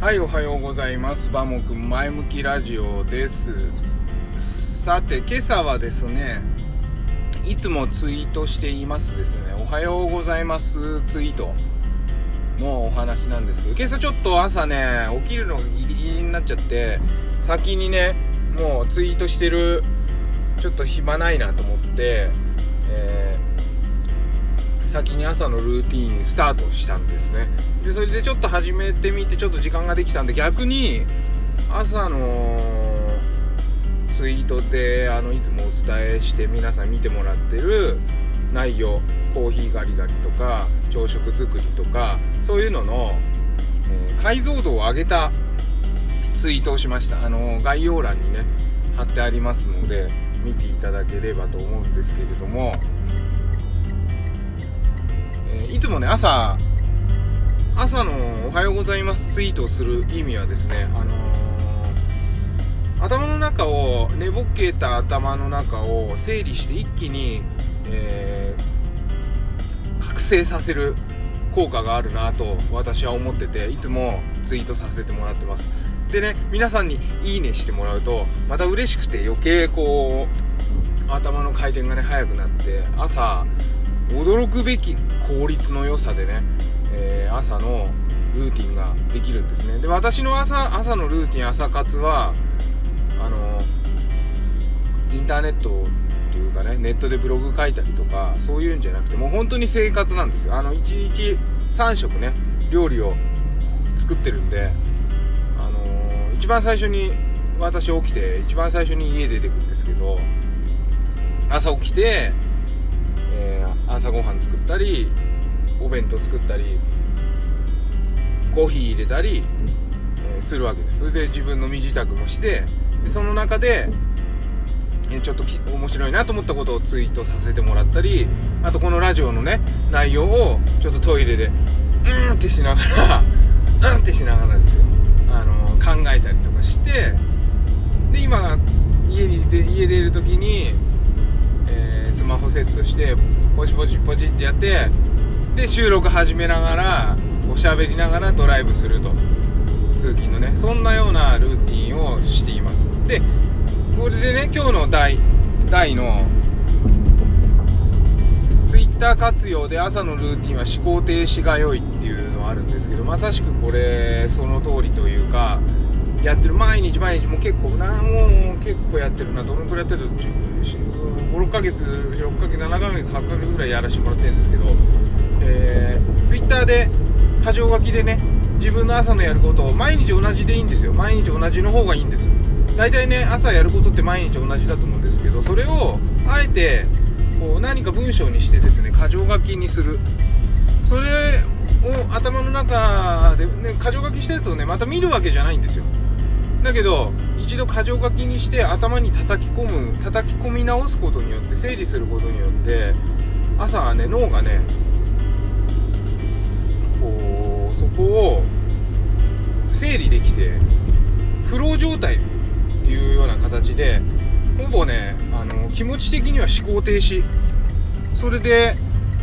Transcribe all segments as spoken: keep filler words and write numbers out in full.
はい、おはようございます。バモくん前向きラジオです。さて、今朝はですね、いつもツイートしていますですね、おはようございますツイートのお話なんですけど、今朝ちょっと朝ね、起きるのがギリギリになっちゃって、先にね、もうツイートしてる、ちょっと暇ないなと思って、えー先に朝のルーティーンスタートしたんですね。でそれでちょっと始めてみてちょっと時間ができたんで、逆に朝のツイートであのいつもお伝えして皆さん見てもらってる内容、コーヒーガリガリとか朝食作りとかそういうのの、えー、解像度を上げたツイートをしました。あの概要欄にね貼ってありますので見ていただければと思うんですけれども、いつもね朝朝のおはようございますツイートをする意味はですね、あのー、頭の中を寝ぼけた頭の中を整理して一気に、えー、覚醒させる効果があるなと私は思ってて、いつもツイートさせてもらってます。でね、皆さんにいいねしてもらうとまた嬉しくて余計こう頭の回転がね速くなって、朝驚くべき効率の良さでね、えー、朝のルーティンができるんですね。で、私の朝朝のルーティン、朝活はあのインターネットというかね、ネットでブログ書いたりとかそういうんじゃなくて、もう本当に生活なんですよ。あのいちにちさん食ね料理を作ってるんで、あのー、一番最初に私起きて一番最初に家出てくるんですけど、朝起きてえー、朝ごはん作ったりお弁当作ったりコーヒー入れたり、えー、するわけです。それで自分の身支度もして、でその中で、えー、ちょっとき面白いなと思ったことをツイートさせてもらったり、あとこのラジオのね内容をちょっとトイレでうーんってしながらうんってしながらですよ、あのー、考えたりとかして、で今家にで家出る時にスマホセットしてポチポチポチってやって、で収録始めながらおしゃべりながらドライブすると、通勤のねそんなようなルーティンをしています。でこれでね、今日の題題のツイッター活用で朝のルーティンは思考停止が良いっていうのはあるんですけど、まさしくこれその通りというか、やってる毎日毎日もう結構なもう結構やってるな、どのくらいやってるってご、ろっかげつ、ろっかげつ、ななかげつ、はちかげつぐらいやらせてもらってるんですけど、えー、ツイッターで箇条書きでね自分の朝のやることを毎日同じでいいんですよ。毎日同じの方がいいんです。大体ね朝やることって毎日同じだと思うんですけど、それをあえてこう何か文章にしてですね箇条書きにする。それを頭の中でね箇条書きしたやつをねまた見るわけじゃないんですよ。だけど一度箇条書きにして頭に叩き込む叩き込み直すことによって、整理することによって朝はね脳がねこうそこを整理できてフロー状態っていうような形で、ほぼねあの気持ち的には思考停止、それで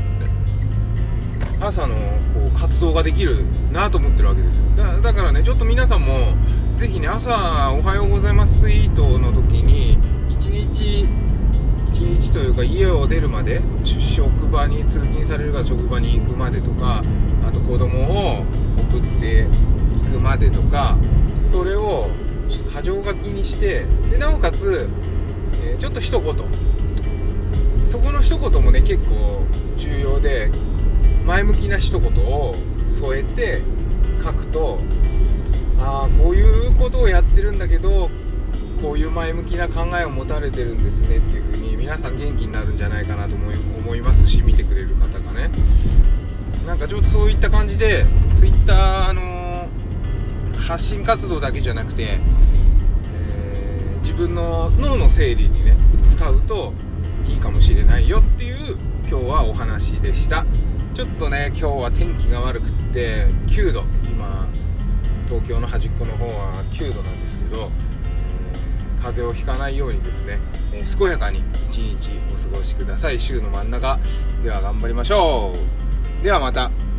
朝のこう活動ができるなと思ってるわけですよ。 だ, だからねちょっと皆さんもぜひね朝おはようございますツイートの時に一日一日というか家を出るまで、職場に通勤されるから職場に行くまでとか、あと子供を送っていくまでとか、それを箇条書きにして、でなおかつ、えー、ちょっと一言、そこの一言もね結構重要で、前向きな一言を添えて書くと、ああこういうことをやってるんだけどこういう前向きな考えを持たれてるんですねっていう風に皆さん元気になるんじゃないかなと思い、思いますし、見てくれる方がね、なんかちょっとそういった感じでツイッター、あのー、発信活動だけじゃなくて、えー、自分の脳の整理にね使うといいかもしれないよっていう今日はお話でした。ちょっとね今日は天気が悪くってきゅうど、今東京の端っこの方はきゅうどなんですけど、えー、風邪をひかないようにですね、えー、健やかに一日お過ごしください。週の真ん中では頑張りましょう。ではまた。